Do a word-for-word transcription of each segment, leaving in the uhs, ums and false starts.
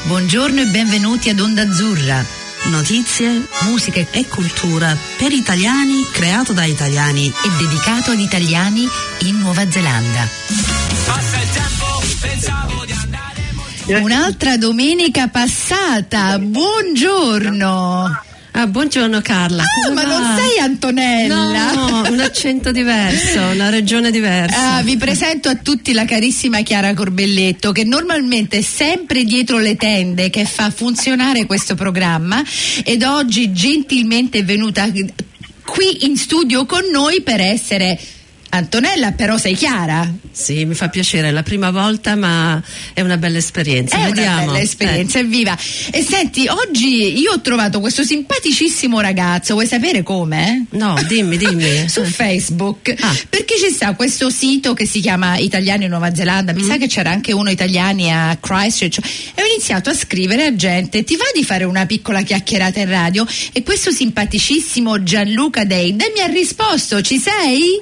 Buongiorno e benvenuti ad Onda Azzurra. Notizie, musica e cultura per italiani, creato da italiani e dedicato ad italiani in Nuova Zelanda. Passa il tempo, pensavo di andare. Un'altra domenica passata. Buongiorno. Ah, buongiorno Carla. Ah, ma va? Non sei Antonella? No, un accento diverso, una regione diversa. Ah, vi presento a tutti la carissima Chiara Corbelletto, che normalmente è sempre dietro le tende che fa funzionare questo programma, ed oggi gentilmente è venuta qui in studio con noi per essere Antonella, però sei Chiara? Sì, mi fa piacere, è la prima volta, ma è una bella esperienza. È Vediamo. Una bella esperienza, eh. Evviva! E senti, oggi io ho trovato questo simpaticissimo ragazzo, vuoi sapere come? No, dimmi, dimmi. Su Facebook, ah. perché ci sta questo sito che si chiama Italiani in Nuova Zelanda, mi mm. sa che c'era anche uno italiani a Christchurch, e ho iniziato a scrivere a gente: ti va di fare una piccola chiacchierata in radio? E questo simpaticissimo Gianluca Deide mi ha risposto: ci sei?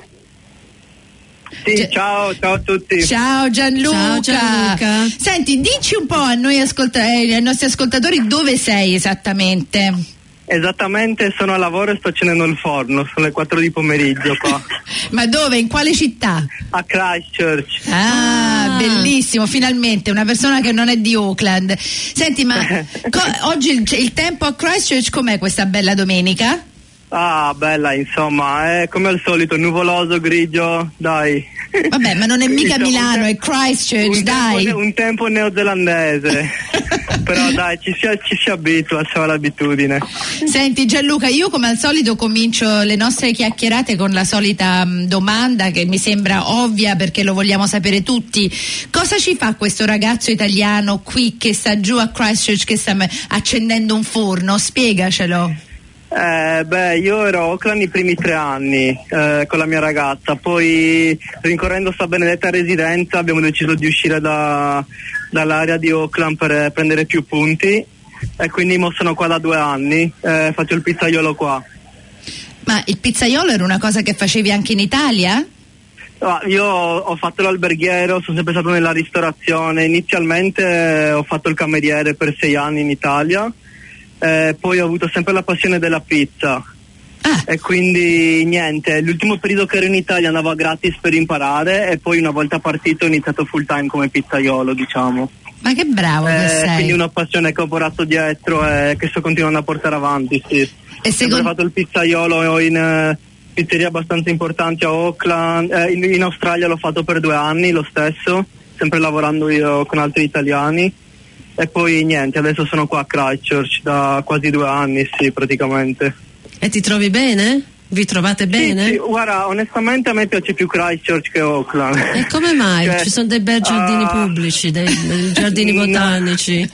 Sì, Gi- ciao, ciao a tutti. Ciao Gianluca. Ciao Gianluca. Senti, dici un po' a noi ascolta- eh, ai nostri ascoltatori dove sei esattamente. Esattamente, sono a lavoro e sto accendendo il forno, sono le quattro di pomeriggio qua. Ma dove? In quale città? A Christchurch. Ah, ah, bellissimo, finalmente una persona che non è di Auckland. Senti, ma co- oggi il, il tempo a Christchurch com'è questa bella domenica? Ah, bella, insomma, è come al solito, nuvoloso, grigio, dai. Vabbè, ma non è mica diciamo Milano, è Christchurch, un dai. Tempo, un tempo neozelandese. Però dai, ci si, ci si abitua, siamo all'abitudine. Senti Gianluca, io come al solito comincio le nostre chiacchierate con la solita mh, domanda che mi sembra ovvia perché lo vogliamo sapere tutti. Cosa ci fa questo ragazzo italiano qui che sta giù a Christchurch, che sta accendendo un forno? Spiegacelo. Eh, beh, io ero a Auckland i primi tre anni eh, con la mia ragazza, poi rincorrendo sta benedetta residenza abbiamo deciso di uscire da, dall'area di Auckland per prendere più punti, e quindi mo sono qua da due anni, eh, faccio il pizzaiolo qua. Ma il pizzaiolo era una cosa che facevi anche in Italia? No, io ho fatto l'alberghiero, sono sempre stato nella ristorazione, inizialmente ho fatto il cameriere per sei anni in Italia. Eh, poi ho avuto sempre la passione della pizza ah. e quindi niente, l'ultimo periodo che ero in Italia andavo gratis per imparare, e poi una volta partito ho iniziato full time come pizzaiolo, diciamo. Ma che bravo eh, che sei. Quindi una passione che ho portato dietro e che sto continuando a portare avanti, sì. E secondo... Ho fatto il pizzaiolo in eh, pizzerie abbastanza importanti a Auckland, eh, in, in Australia l'ho fatto per due anni lo stesso, sempre lavorando io con altri italiani. E poi niente, adesso sono qua a Christchurch da quasi due anni, sì, praticamente. E ti trovi bene? Vi trovate bene? Sì, sì, guarda, onestamente a me piace più Christchurch che Auckland. E come mai? Cioè, ci sono dei bei giardini uh, pubblici, dei, dei giardini botanici.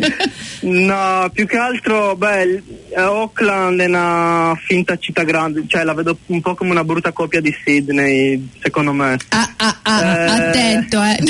No, più che altro, beh, Auckland è una finta città grande, cioè la vedo un po' come una brutta copia di Sydney, secondo me. Ah, ah, ah, eh... attento, eh.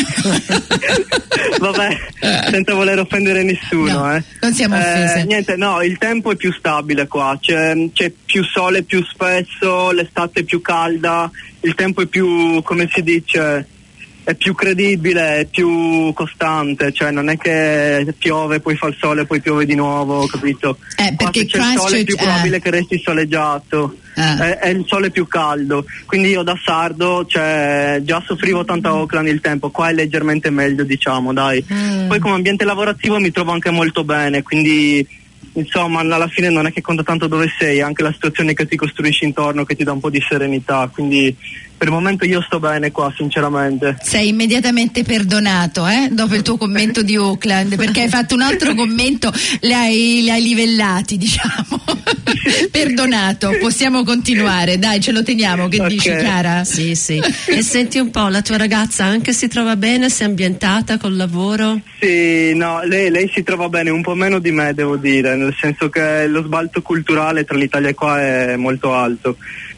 Vabbè, senza voler offendere nessuno, no, eh. Non siamo offese. Eh, niente, no, il tempo è più stabile qua, c'è, c'è più sole più spesso, l'estate è più calda, il tempo è più, come si dice, è più credibile, è più costante, cioè non è che piove, poi fa il sole, poi piove di nuovo, capito? Eh, perché c'è il sole è più probabile eh. che resti soleggiato, eh. è, è il sole più caldo, quindi io da sardo, cioè, già soffrivo tanto a Auckland il tempo, qua è leggermente meglio, diciamo, dai. Mm. Poi come ambiente lavorativo mi trovo anche molto bene, quindi insomma alla fine non è che conta tanto dove sei, anche la situazione che ti costruisci intorno che ti dà un po' di serenità, quindi per il momento io sto bene qua, sinceramente. Sei immediatamente perdonato, eh? Dopo il tuo commento di Auckland, perché hai fatto un altro commento, li hai, li hai livellati, diciamo. Perdonato, possiamo continuare, dai, ce lo teniamo, che okay. dici Chiara? Sì, sì. E senti un po', la tua ragazza anche si trova bene, si è ambientata col lavoro? Sì, no, lei, lei si trova bene, un po' meno di me devo dire, nel senso che lo sbalzo culturale tra l'Italia e qua è molto alto.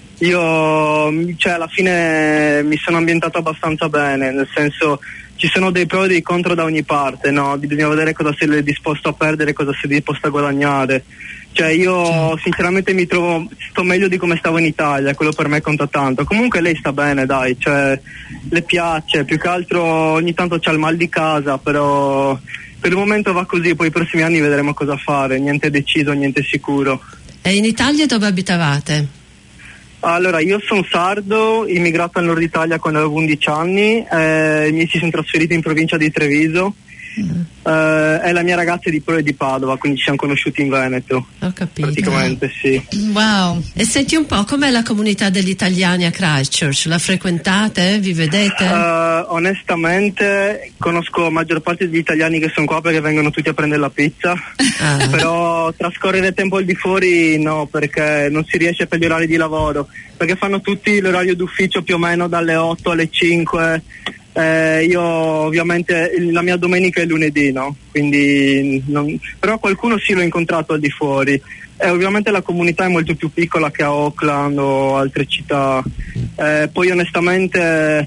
Io, cioè, alla fine mi sono ambientato abbastanza bene, nel senso ci sono dei pro e dei contro da ogni parte, no? Bisogna vedere cosa sei disposto a perdere e cosa sei disposto a guadagnare. Cioè io sinceramente mi trovo, sto meglio di come stavo in Italia, quello per me conta tanto. Comunque lei sta bene, dai, cioè le piace, più che altro ogni tanto c'ha il mal di casa, però per il momento va così, poi i prossimi anni vedremo cosa fare, niente deciso, niente sicuro. E in Italia dove abitavate? Allora, io sono sardo, immigrato al nord Italia quando avevo undici anni, eh, mi si sono trasferito in provincia di Treviso. Mm. Uh, è la mia ragazza di, di Padova, quindi ci siamo conosciuti in Veneto. Ho capito. Praticamente sì. Wow. E senti un po', com'è la comunità degli italiani a Christchurch? La frequentate? Vi vedete? Uh, onestamente conosco la maggior parte degli italiani che sono qua perché vengono tutti a prendere la pizza. Ah. Però trascorrere tempo al di fuori no, perché non si riesce per gli orari di lavoro, perché fanno tutti l'orario d'ufficio più o meno dalle otto alle cinque. Eh, io ovviamente la mia domenica è lunedì, no? Quindi non... però qualcuno sì l'ho incontrato al di fuori. Eh, ovviamente la comunità è molto più piccola che a Auckland o altre città. Eh, poi onestamente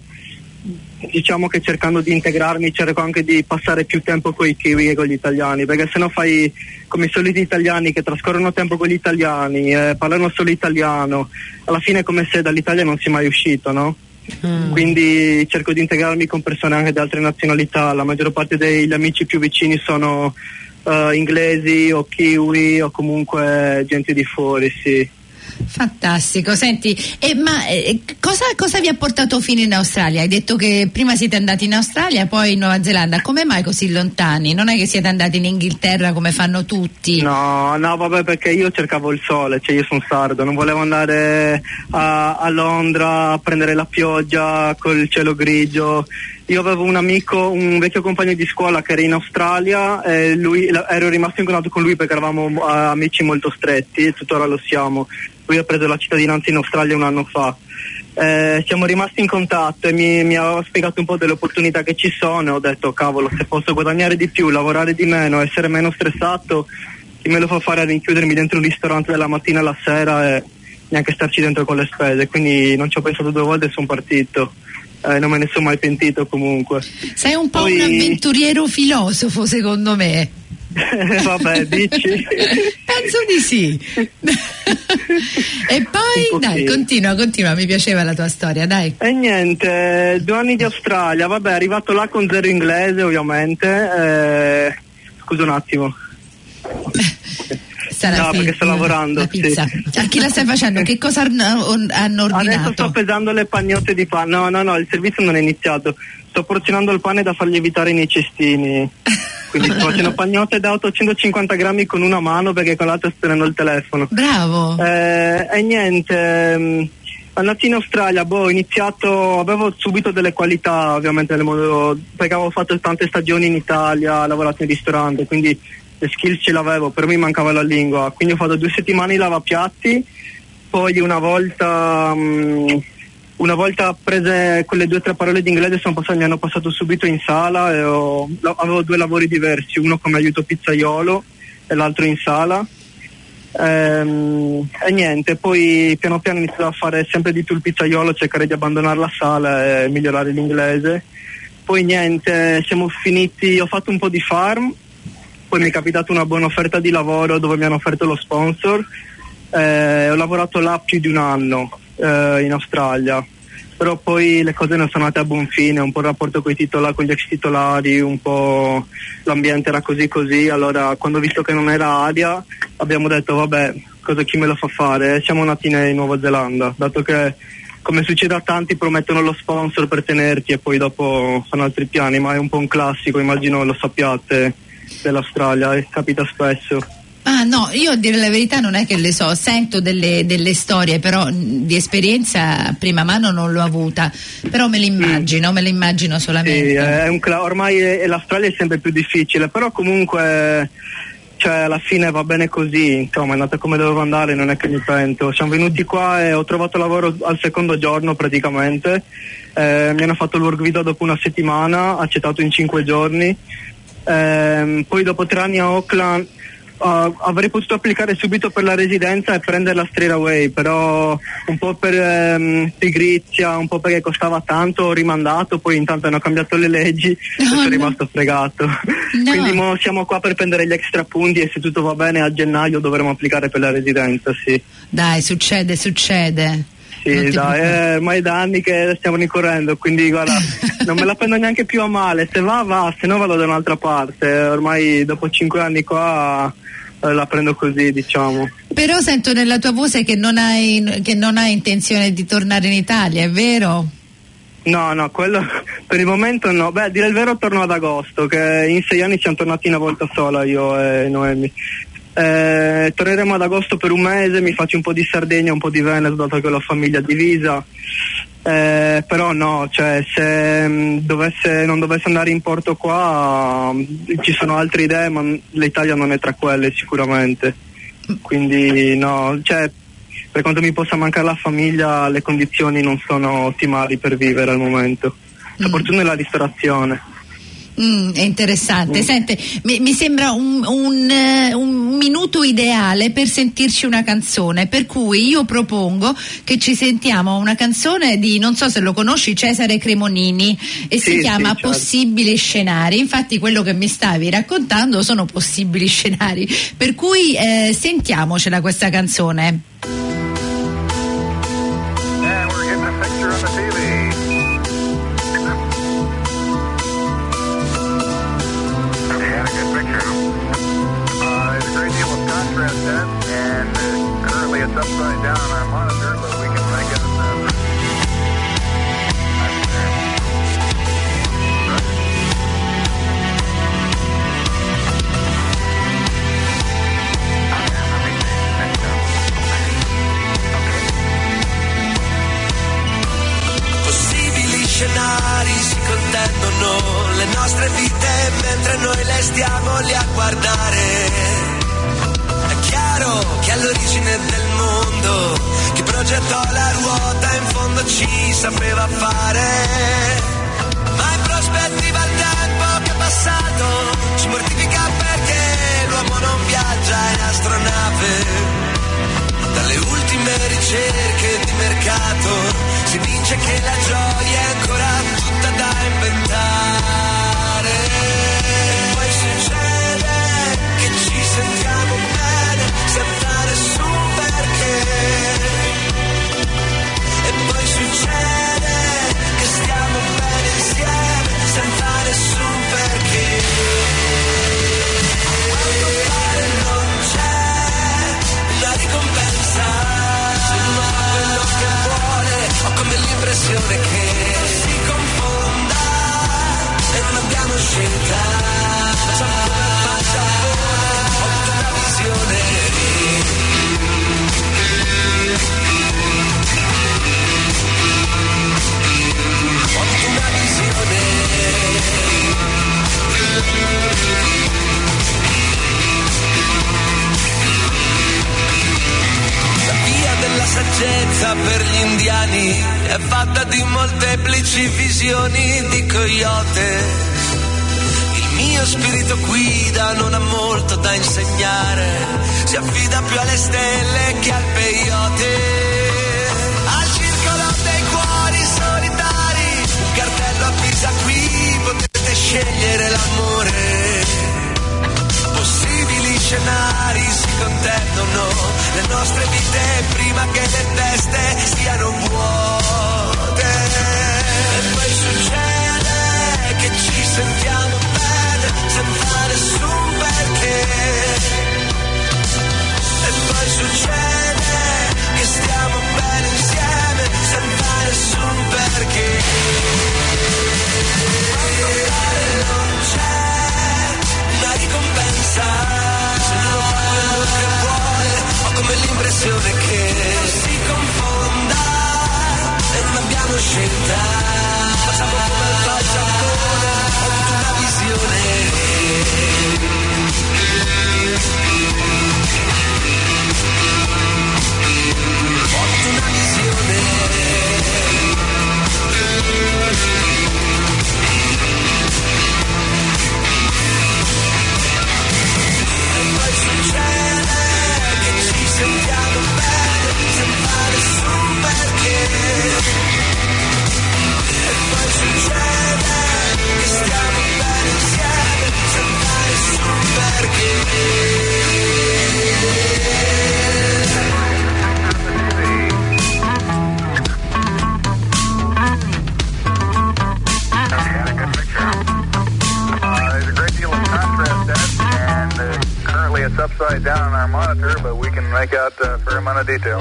diciamo che cercando di integrarmi cerco anche di passare più tempo con i kiwi e con gli italiani, perché sennò fai come i soliti italiani che trascorrono tempo con gli italiani, eh, parlano solo italiano, alla fine è come se dall'Italia non si è mai uscito, no? Mm. Quindi cerco di integrarmi con persone anche di altre nazionalità. La maggior parte degli amici più vicini sono uh, inglesi o kiwi o comunque gente di fuori, sì. Fantastico, senti, eh, ma eh, cosa, cosa vi ha portato fino in Australia? Hai detto che prima siete andati in Australia, poi in Nuova Zelanda, come mai così lontani? Non è che siete andati in Inghilterra come fanno tutti? No, no, vabbè, perché io cercavo il sole, cioè io sono sardo, non volevo andare a, a Londra a prendere la pioggia col cielo grigio. Io avevo un amico, un vecchio compagno di scuola che era in Australia, e lui, ero rimasto in contatto con lui perché eravamo uh, amici molto stretti e tuttora lo siamo. Lui ha preso la cittadinanza in Australia un anno fa. Eh, siamo rimasti in contatto e mi, mi aveva spiegato un po' delle opportunità che ci sono. Ho detto, cavolo, se posso guadagnare di più, lavorare di meno, essere meno stressato, chi me lo fa fare a rinchiudermi dentro un ristorante dalla mattina alla sera e neanche starci dentro con le spese. Quindi non ci ho pensato due volte e sono partito. Eh, non me ne sono mai pentito comunque. Sei un po' Poi... un avventuriero filosofo, secondo me. Vabbè, dici? Penso di sì. E poi dai, continua, continua, mi piaceva la tua storia, dai. E niente, due anni di Australia, vabbè, arrivato là con zero inglese ovviamente. Eh, scusa un attimo. Sarà no, perché sto lavorando. La pizza. Sì. A chi la stai facendo? Che cosa hanno ordinato? Adesso sto pesando le pagnotte di pane. No, no, no, il servizio non è iniziato. Sto porzionando il pane da far lievitare nei cestini. Quindi sto facendo pagnotte da ottocentocinquanta grammi con una mano perché con l'altra sto tenendo il telefono. Bravo. Eh, e niente, mh, andati in Australia, boh, ho iniziato, avevo subito delle qualità ovviamente nel modo, perché avevo fatto tante stagioni in Italia, ho lavorato in ristorante, quindi le skills ce l'avevo, però mi mancava la lingua. Quindi ho fatto due settimane in lavapiatti, poi una volta... Mh, Una volta prese quelle due o tre parole di inglese sono passato, mi hanno passato subito in sala e ho, avevo due lavori diversi, uno come aiuto pizzaiolo e l'altro in sala. Ehm, e niente, poi piano piano ho iniziato a fare sempre di più il pizzaiolo, cercare di abbandonare la sala e migliorare l'inglese. Poi niente, siamo finiti, ho fatto un po' di farm, poi mi è capitata una buona offerta di lavoro dove mi hanno offerto lo sponsor. Eh, ho lavorato là più di un anno. Uh, in Australia, però poi le cose non sono andate a buon fine, un po' il rapporto con i titolari, con gli ex titolari, un po' l'ambiente era così così, allora quando ho visto che non era aria abbiamo detto vabbè, cosa chi me lo fa fare? Siamo nati in Nuova Zelanda, dato che come succede a tanti promettono lo sponsor per tenerti e poi dopo fanno altri piani, ma è un po' un classico, immagino lo sappiate, dell'Australia, e capita spesso. Ah no, io a dire la verità non è che le so, sento delle, delle storie, però di esperienza a prima mano non l'ho avuta, però me l'immagino, mm. me l'immagino solamente. Sì, è un, ormai è, l'Australia è sempre più difficile, però comunque cioè, alla fine va bene così, insomma è andata come dovevo andare, non è che mi pento. Siamo venuti qua e ho trovato lavoro al secondo giorno praticamente, eh, mi hanno fatto il work visa dopo una settimana, accettato in cinque giorni, eh, poi dopo tre anni a Auckland Uh, avrei potuto applicare subito per la residenza e prenderla straight away, però un po' per um, pigrizia, un po' perché costava tanto, ho rimandato, poi intanto hanno cambiato le leggi no, e sono no. rimasto fregato. No. Quindi mo siamo qua per prendere gli extra punti e se tutto va bene a gennaio dovremo applicare per la residenza, sì. Dai, succede, succede. Sì, dai, è ormai da anni che stiamo rincorrendo, quindi guarda, non me la prendo neanche più a male, se va va, se no vado da un'altra parte, ormai dopo cinque anni qua eh, la prendo così, diciamo. Però sento nella tua voce che non hai, che non hai intenzione di tornare in Italia, è vero? No, no, quello per il momento no. Beh, a dire il vero torno ad agosto, che in sei anni siamo tornati una volta sola io e Noemi. Eh, torneremo ad agosto per un mese, mi faccio un po' di Sardegna, un po' di Veneto, dato che ho la famiglia divisa. Eh, però no, cioè se mh, dovesse, non dovesse andare in porto qua, mh, ci sono altre idee, ma l'Italia non è tra quelle sicuramente. Quindi no, cioè per quanto mi possa mancare la famiglia, le condizioni non sono ottimali per vivere al momento, soprattutto mm. nella ristorazione. Mm, è interessante. Mm. Sente, mi, mi sembra un, un, uh, un minuto ideale per sentirci una canzone, per cui io propongo che ci sentiamo una canzone di, non so se lo conosci, Cesare Cremonini, e sì, si chiama sì, certo. Possibili scenari. Infatti quello che mi stavi raccontando sono possibili scenari, per cui eh, sentiamocela questa canzone. Upside down on our monitor, but we can make it uh, possibili scenari si contendono le nostre vite mentre noi le stiamo lì a guardare. Che all'origine del mondo chi progettò la ruota in fondo ci sapeva fare, ma in prospettiva il tempo che è passato ci mortifica perché l'uomo non viaggia in astronave. Dalle ultime ricerche di mercato si vince che la gioia è ancora tutta da inventare. E poi succede che ci sentiamo bene senza nessun perché, e poi succede che stiamo bene insieme senza nessun perché. Quanto pare non c'è una ricompensa, se uno fa quello che vuole, ho come l'impressione che si confonda e non abbiamo scelta, facciamo come faccia ho una visione. Una visione. La via della saggezza per gli indiani è fatta di molteplici visioni di coyote. Il mio spirito guida non ha molto da insegnare, si affida più alle stelle che al peyote. Avvisa qui, potete scegliere l'amore. Possibili scenari si contendono le nostre vite prima che le teste siano vuote. E poi succede che ci sentiamo bene senza nessun perché. E poi succede che stiamo bene insieme senza nessun perché. Non c'è una ricompensa, se uno fa quello che vuole, ho come l'impressione che si confonda e non abbiamo scelta, facciamo come fa il Giappone, ho una visione. Ho una visione. Succede che ci sentiamo bene senza nessun perché. It's upside down on our monitor, but we can make out a fair amount of detail.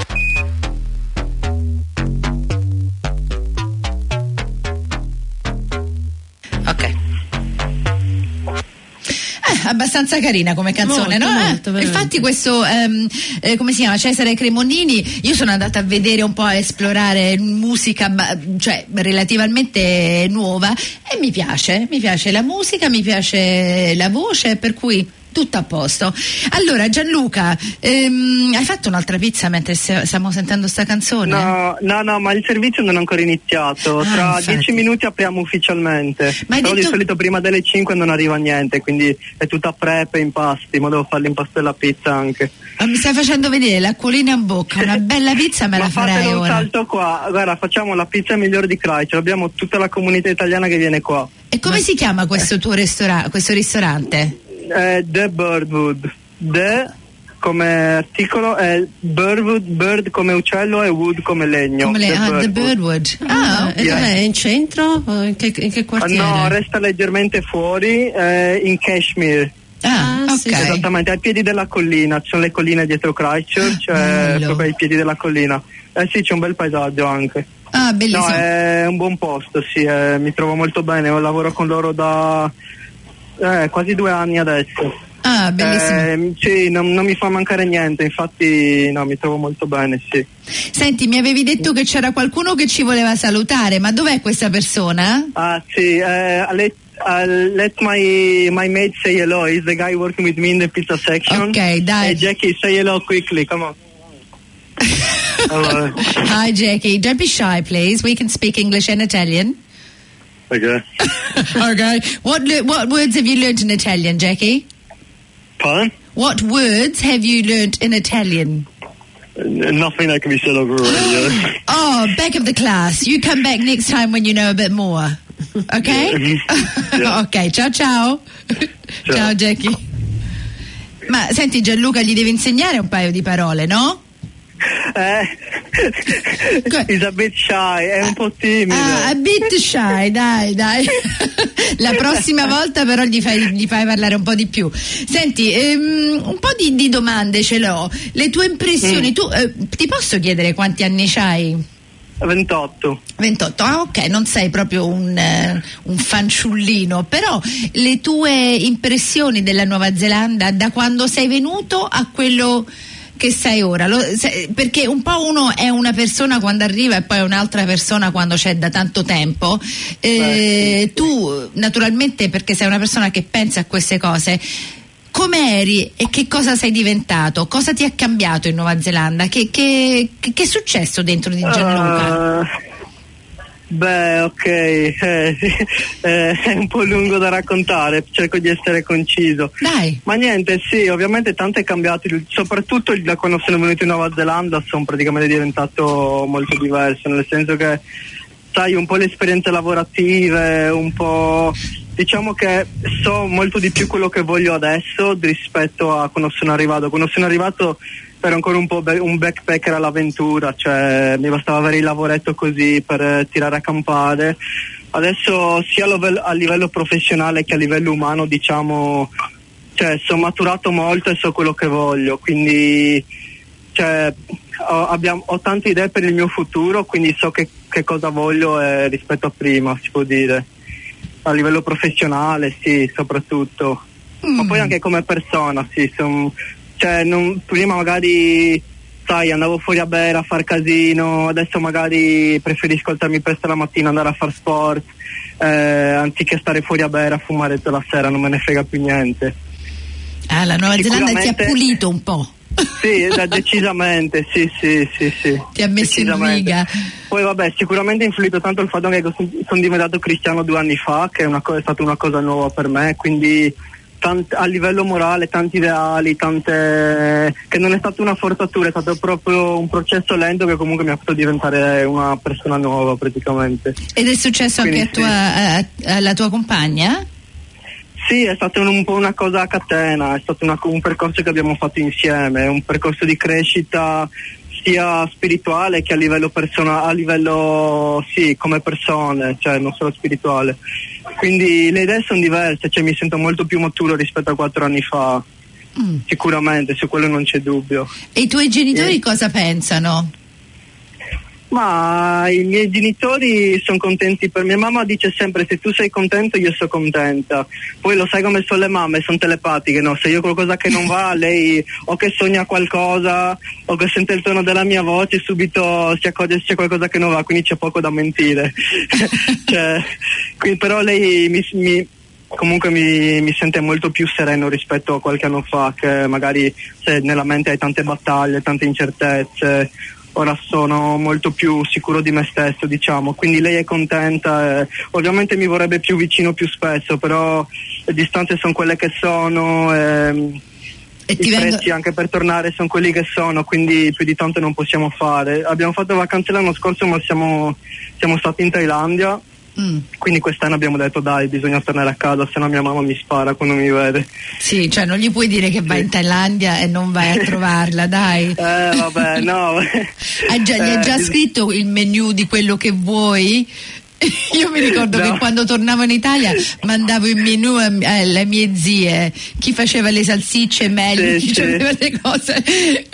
Ok. Abbastanza carina come canzone, molto, no? molto, eh, infatti questo ehm, eh, come si chiama, Cesare Cremonini, io sono andata a vedere un po', a esplorare musica ba- cioè relativamente nuova, e mi piace, mi piace la musica, mi piace la voce, per cui tutto a posto. Allora Gianluca, ehm, hai fatto un'altra pizza mentre stiamo sentendo sta canzone? No, no, no, ma il servizio non è ancora iniziato. Ah, Tra infatti. dieci minuti apriamo ufficialmente. Ma hai Però detto- di solito prima delle cinque non arriva niente, quindi è tutta prep e impasti, ma devo fare l'impasto della pizza anche. Ah, mi stai facendo vedere l'acquolina in bocca, una bella pizza me Ma la farai fatelo un ora. salto qua, guarda, facciamo la pizza migliore di Christchurch, abbiamo tutta la comunità italiana che viene qua. E come si chiama questo tuo ristora- questo ristorante? Eh, The Birdwood. The come articolo è Birdwood, bird come uccello e wood come legno. Come le, The ah, The Birdwood. Birdwood. Ah, e yeah. dov'è? In centro? O in che, in che Ah, quartiere? no, resta leggermente fuori, eh, in Kashmir. ah, Ah, ok. sì, Esattamente, ai piedi della collina, ci sono le colline dietro Christchurch, Ah, eh, bello. proprio ai piedi della collina. Eh sì, c'è un bel paesaggio anche. Ah, bellissimo. No, è un buon posto, sì, eh, mi trovo molto bene, io lavoro con loro da eh, quasi due anni adesso. Ah, bellissimo. Eh, sì, non, non mi fa mancare niente, infatti no, mi trovo molto bene, sì. Senti, mi avevi detto che c'era qualcuno che ci voleva salutare, ma dov'è questa persona? Ah sì, eh, let, uh, let my, my mate say hello, he's the guy working with me in the pizza section. Ok, dai. Hey Jackie, say hello quickly, come on. Allora. Hi Jackie, don't be shy please, we can speak English and Italian. Okay. Okay. What le- what words have you learnt in Italian, Jackie? Pardon? What words have you learnt in Italian? Nothing that can be said over radio. Oh, back of the class. You come back next time when you know a bit more. Okay? Yeah. Ok, ciao ciao. Ciao Jackie. Ma senti Gianluca, gli devi insegnare un paio di parole, no? Eh, he's a bit shy, è un po' timido. Ah, a bit shy, dai, dai. La prossima volta però gli fai, gli fai parlare un po' di più. Senti, ehm, un po' di, di domande ce l'ho. Le tue impressioni, Mm. tu eh, ti posso chiedere quanti anni c'hai? ventotto. ventotto, ah ok, non sei proprio un, eh, un fanciullino, però le tue impressioni della Nuova Zelanda da quando sei venuto a quello che sei ora, Lo, se, perché un po' uno è una persona quando arriva e poi è un'altra persona quando c'è da tanto tempo, eh, tu naturalmente, perché sei una persona che pensa a queste cose, come eri e che cosa sei diventato? Cosa ti è cambiato in Nuova Zelanda? Che, che, che, che è successo dentro di Gianluca? Uh, beh, ok, eh, eh, è un po' lungo da raccontare, cerco di essere conciso. Dai. Ma niente, sì, ovviamente tanto è cambiato, soprattutto da quando sono venuto in Nuova Zelanda sono praticamente diventato molto diverso, nel senso che, sai, un po' le esperienze lavorative, un po'... Diciamo che so molto di più quello che voglio adesso rispetto a quando sono arrivato. Quando sono arrivato ero ancora un po' be- un backpacker all'avventura, cioè mi bastava avere il lavoretto così per eh, tirare a campare. Adesso sia a livello, a livello professionale che a livello umano, diciamo, cioè sono maturato molto e so quello che voglio, quindi cioè, ho, abbiamo, ho tante idee per il mio futuro, quindi so che, che cosa voglio eh, rispetto a prima, si può dire. A livello professionale, sì, soprattutto. Mm. Ma poi anche come persona, sì. Son, cioè, non, prima magari, sai, andavo fuori a bere, a far casino, adesso magari preferisco alzarmi presto la mattina, andare a far sport, eh, anziché stare fuori a bere, a fumare tutta la sera, non me ne frega più niente. Ah, la Nuova Zelanda ti ha Sicuramente- pulito un po'. Sì, da- decisamente, sì, sì, sì, sì. Ti ha messo in Decisamente. riga. Poi vabbè, sicuramente ha influito tanto il fatto che sono diventato cristiano due anni fa, che è, una co- è stata una cosa nuova per me, quindi tant- a livello morale tanti ideali, tante che non è stata una forzatura, è stato proprio un processo lento che comunque mi ha fatto diventare una persona nuova praticamente. Ed è successo Quindi anche a sì. tua, a- alla tua compagna? Sì, è stata un, un po' una cosa a catena, è stato una- un percorso che abbiamo fatto insieme, un percorso di crescita sia spirituale che a livello personale, a livello sì, come persone, cioè non solo spirituale. Quindi le idee sono diverse, cioè mi sento molto più maturo rispetto a quattro anni fa. mm. sicuramente, su quello non c'è dubbio. E i tuoi genitori eh. cosa pensano? Ma i miei genitori sono contenti, per mia mamma dice sempre: se tu sei contento io sono contenta. Poi lo sai come sono le mamme, sono telepatiche, no? Se io ho qualcosa che non va, lei o che sogna qualcosa o che sente il tono della mia voce, subito si accorge se c'è qualcosa che non va, quindi c'è poco da mentire. Cioè, quindi, però lei mi, mi comunque mi, mi sente molto più sereno rispetto a qualche anno fa, che magari se nella mente hai tante battaglie, tante incertezze. Ora sono molto più sicuro di me stesso, diciamo, quindi lei è contenta, eh, ovviamente mi vorrebbe più vicino più spesso, però le distanze sono quelle che sono, ehm, e i vengo... prezzi anche per tornare sono quelli che sono, quindi più di tanto non possiamo fare. Abbiamo fatto vacanze l'anno scorso, ma siamo, siamo stati in Thailandia. Mm. Quindi quest'anno abbiamo detto dai, bisogna tornare a casa, se no mia mamma mi spara quando mi vede. Sì, cioè non gli puoi dire che vai sì. in Thailandia e non vai a trovarla, dai. Eh vabbè, no. Hai già, gli hai già eh, scritto il menù di quello che vuoi? Io mi ricordo no. che quando tornavo in Italia mandavo il menù alle mie zie, chi faceva le salsicce meglio, sì, chi sì. faceva le cose.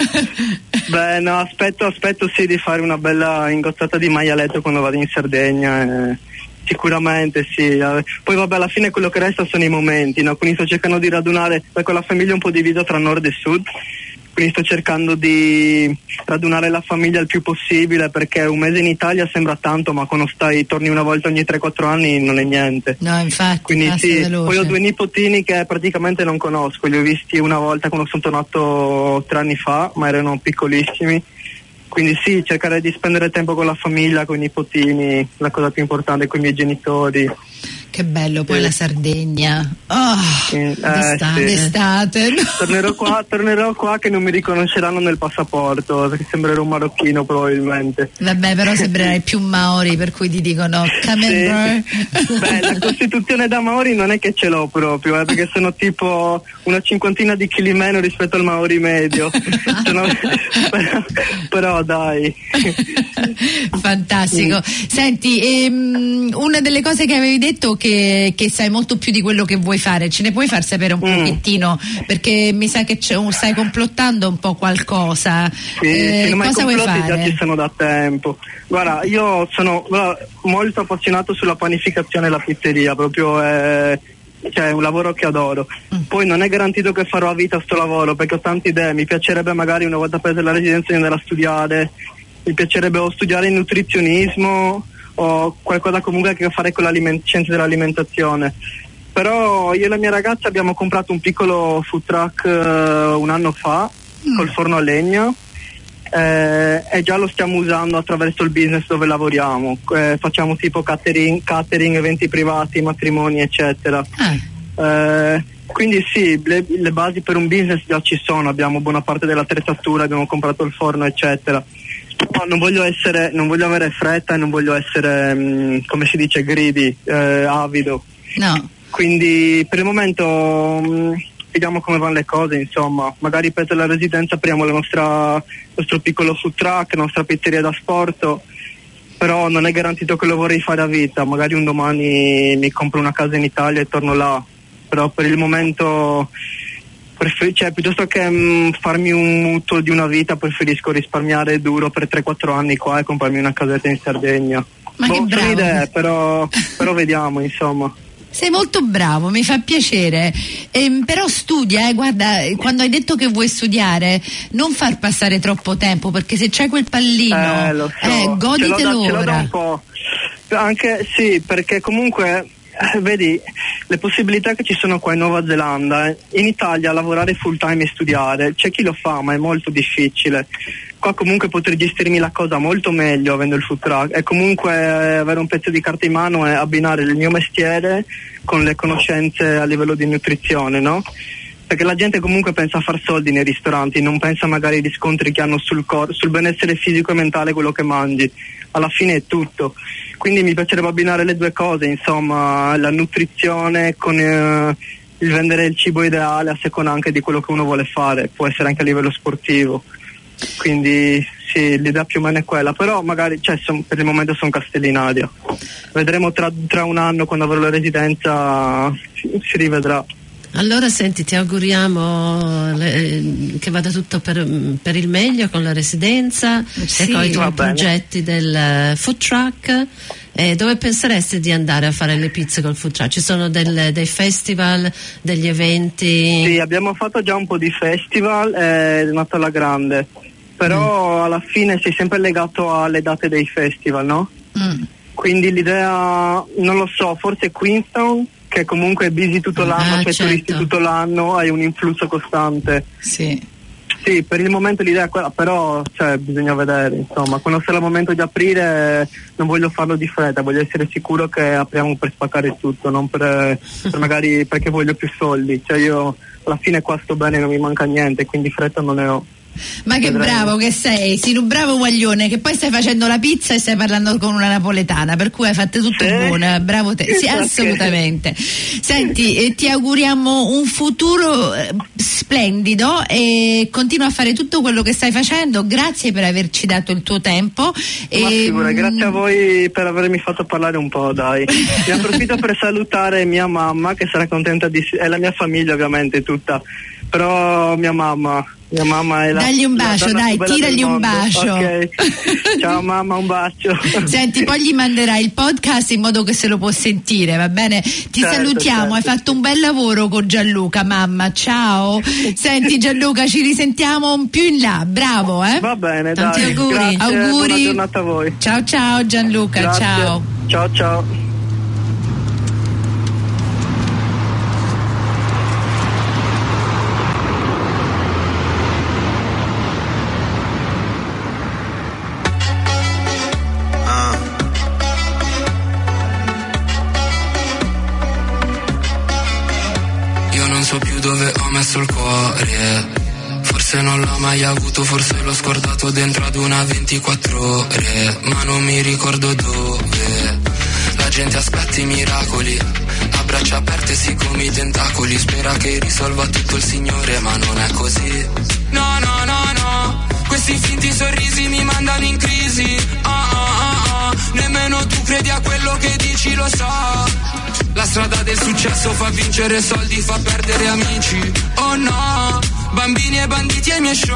Beh no, aspetto, aspetto sì di fare una bella ingozzata di maialetto quando vado in Sardegna. Eh. Sicuramente sì, poi vabbè alla fine quello che resta sono i momenti, no? Quindi sto cercando di radunare, perché la famiglia è un po' divisa tra nord e sud, quindi sto cercando di radunare la famiglia il più possibile, perché un mese in Italia sembra tanto, ma quando stai torni una volta ogni tre quattro anni non è niente. No, infatti. Quindi sì, veloce. Poi ho due nipotini che praticamente non conosco, li ho visti una volta quando sono tornato tre anni fa, ma erano piccolissimi. Quindi sì, cercare di spendere tempo con la famiglia, con i nipotini, la cosa più importante, con i miei genitori. Che bello, poi eh. la Sardegna. Oh, eh, d'estate. Sì. d'estate. Tornerò qua, tornerò qua che non mi riconosceranno nel passaporto, perché sembrerò un marocchino probabilmente. Vabbè, però sembrerai più maori, per cui ti dicono Camembert. Sì. Beh, la costituzione da maori non è che ce l'ho proprio, eh, perché sono tipo una cinquantina di chili meno rispetto al maori medio. no, però, però dai. Fantastico. Mm. Senti, ehm, una delle cose che avevi detto che, che sai molto più di quello che vuoi fare, ce ne puoi far sapere un mm. pochettino, perché mi sa che c'è un, stai complottando un po' qualcosa. Sì, eh, sì, ma cosa i vuoi complotti fare? già ci sono da tempo. Guarda, io sono guarda, molto appassionato sulla panificazione e la pizzeria, proprio è, cioè, è un lavoro che adoro. Mm. Poi non è garantito che farò a vita sto lavoro, perché ho tante idee, mi piacerebbe magari una volta presa la residenza andare a studiare, mi piacerebbe o studiare in nutrizionismo o qualcosa comunque a che fare con la scienza dell'alimentazione. Però io e la mia ragazza abbiamo comprato un piccolo food truck uh, un anno fa mm. col forno a legna eh, e già lo stiamo usando attraverso il business dove lavoriamo. Eh, facciamo tipo catering, catering, eventi privati, matrimoni eccetera. Ah. Eh, quindi sì, le, le basi per un business già ci sono, abbiamo buona parte dell'attrezzatura, abbiamo comprato il forno eccetera. No, non voglio essere, non voglio avere fretta e non voglio essere, mh, come si dice, greedy, eh, avido. No. Quindi per il momento mh, vediamo come vanno le cose, insomma. Magari per la residenza apriamo la nostra, il nostro piccolo food truck, la nostra pizzeria da sport, però non è garantito che lo vorrei fare a vita. Magari un domani mi compro una casa in Italia e torno là, però per il momento... Prefer- cioè, piuttosto che mh, farmi un mutuo di una vita, preferisco risparmiare duro per tre quattro anni qua e comprarmi una casetta in Sardegna. Ma boh, che bravo. Sono idee, però, però vediamo, insomma. Sei molto bravo, mi fa piacere. Ehm, però studia, eh, guarda, quando hai detto che vuoi studiare, non far passare troppo tempo, perché se c'hai quel pallino, eh, lo so. eh, goditelo ce l'ho da, ce l'ho da ora. un po'. Anche sì, perché comunque vedi le possibilità che ci sono qua in Nuova Zelanda, eh. In Italia lavorare full time e studiare c'è chi lo fa, ma è molto difficile. Qua comunque potrei gestirmi la cosa molto meglio avendo il food truck e comunque eh, avere un pezzo di carta in mano e abbinare il mio mestiere con le conoscenze a livello di nutrizione, no? Perché la gente comunque pensa a far soldi nei ristoranti, non pensa magari ai riscontri che hanno sul corpo, sul benessere fisico e mentale, quello che mangi. Alla fine è tutto. Quindi mi piacerebbe abbinare le due cose, insomma, la nutrizione con eh, il vendere il cibo ideale a seconda anche di quello che uno vuole fare, può essere anche a livello sportivo. Quindi sì, l'idea più o meno è quella, però magari cioè, son, per il momento sono castelli in aria. Vedremo tra, tra un anno, quando avrò la residenza, si, si rivedrà. Allora senti, ti auguriamo le, che vada tutto per, per il meglio con la residenza Sì, e con i tuoi va bene. progetti del food truck. E dove penseresti di andare a fare le pizze col food truck? Ci sono del, dei festival, degli eventi? Sì, abbiamo fatto già un po' di festival, è nata alla grande, però mm. alla fine sei sempre legato alle date dei festival, no? Mm. Quindi l'idea, non lo so, forse Queenstown, che comunque è busy tutto l'anno, Ah, c'è certo. turisti tutto l'anno, hai un influsso costante. Sì. Sì, per il momento l'idea è quella, però cioè, bisogna vedere, insomma, quando sarà il momento di aprire non voglio farlo di fretta, voglio essere sicuro che apriamo per spaccare tutto, non per, per magari perché voglio più soldi, cioè io alla fine qua sto bene, non mi manca niente, quindi fretta non ne ho. Ma che Vedremo. bravo che sei, sei un bravo guaglione, che poi stai facendo la pizza e stai parlando con una napoletana, per cui hai fatto tutto Sì. buono, bravo te. Sì, Ok. assolutamente. Senti, eh, ti auguriamo un futuro eh, splendido e continua a fare tutto quello che stai facendo. Grazie per averci dato il tuo tempo. Ma E, figura, grazie a voi per avermi fatto parlare un po', dai. Ne approfitto per salutare mia mamma, che sarà contenta di e la mia famiglia ovviamente tutta, però mia mamma Mia mamma è la, Dagli un la bacio, donna dai, più bella tiragli del un mondo. bacio. Ok. Ciao mamma, un bacio. Senti, poi gli manderai il podcast in modo che se lo può sentire, va bene? Ti Certo, salutiamo, certo. hai fatto un bel lavoro con Gianluca, mamma, ciao. Senti Gianluca, ci risentiamo più in là, bravo, eh? Va bene, Tanti dai. auguri. Grazie, Auguri. buona giornata a voi. Ciao ciao Gianluca, Grazie. ciao. Ciao ciao. Non so più dove ho messo il cuore, forse non l'ho mai avuto, forse l'ho scordato dentro ad una ventiquattro ore, ma non mi ricordo dove. La gente aspetta i miracoli, a braccia aperte sì come i tentacoli, spera che risolva tutto il Signore, ma non è così. No, no, no, no, questi finti sorrisi mi mandano in crisi. Ah, ah, ah, ah. Nemmeno tu credi a quello che dici, lo so. La strada del successo fa vincere soldi, fa perdere amici. Oh no, bambini e banditi ai miei show.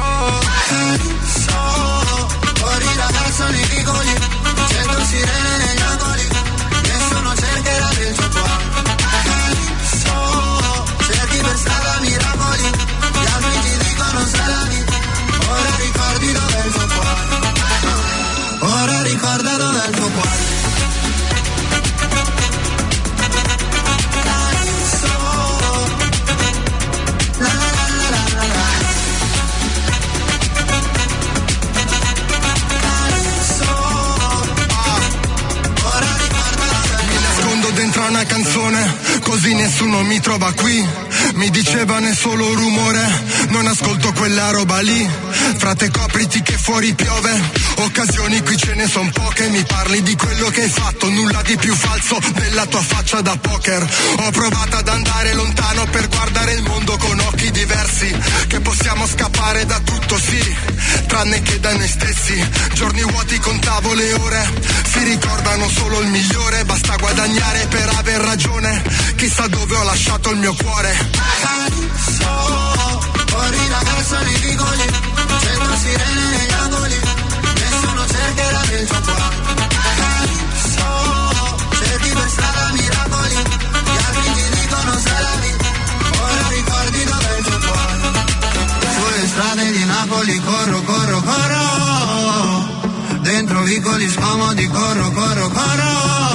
So, fuori ragazzo nei vicoli, sento sirene negli angoli, nessuno cercherà del tuo cuore. So, cerchi per strada miracoli, gli altri ti dicono salami, ora ricordi dov'è il tuo cuore. Ora ricorda dov'è il tuo cuore. Dentro una canzone, così nessuno mi trova qui. Mi dicevano è solo rumore, non ascolto quella roba lì. Frate copriti che fuori piove, occasioni qui ce ne son poche. Mi parli di quello che hai fatto, nulla di più falso della tua faccia da poker. Ho provato ad andare lontano per guardare il mondo con occhi diversi, che possiamo scappare da tutto sì, tranne che da noi stessi. Giorni vuoti contavo le ore, si ricordano solo il migliore. Basta guadagnare per aver ragione, chissà dove ho lasciato il mio cuore. So, fuori ragazzo nei vicoli, sento sirene negli angoli, nessuno cercherà del tuo cuore. So, cerchi per strada miracoli, gli altri ti dicono salami, ora ricordi dov'è il tuo cuore. Sulle strade di Napoli corro, corro, corro, dentro vicoli scomodi corro, corro, corro.